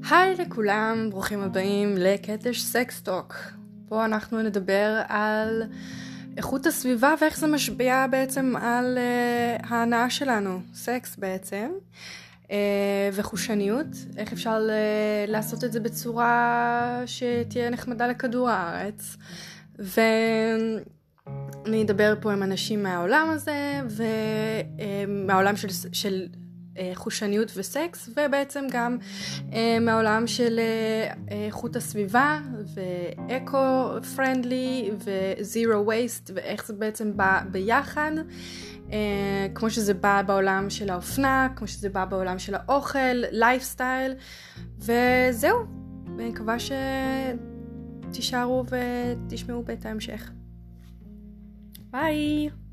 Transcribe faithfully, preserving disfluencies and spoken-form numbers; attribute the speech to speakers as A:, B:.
A: היי לכולם, ברוכים הבאים לקטש סקסטוק. פה אנחנו נדבר על איכות הסביבה ואיך זה משפיע בעצם על uh, ההנאה שלנו, סקס בעצם, uh, וחושניות, איך אפשר uh, לעשות את זה בצורה שתהיה נחמדה לכדור הארץ. ואני אדבר פה עם אנשים מהעולם הזה, ומהעולם של... של חושניות וסקס, ובעצם גם אה, מהעולם של אה, איכות הסביבה ואקו-פרנדלי וזירו וייסט, ואיך זה בעצם בא ביחד, אה, כמו שזה בא בעולם של האופנה, כמו שזה בא בעולם של האוכל, לייפסטייל, וזהו. ואני מקווה שתישארו ותשמעו בית ההמשך. ביי!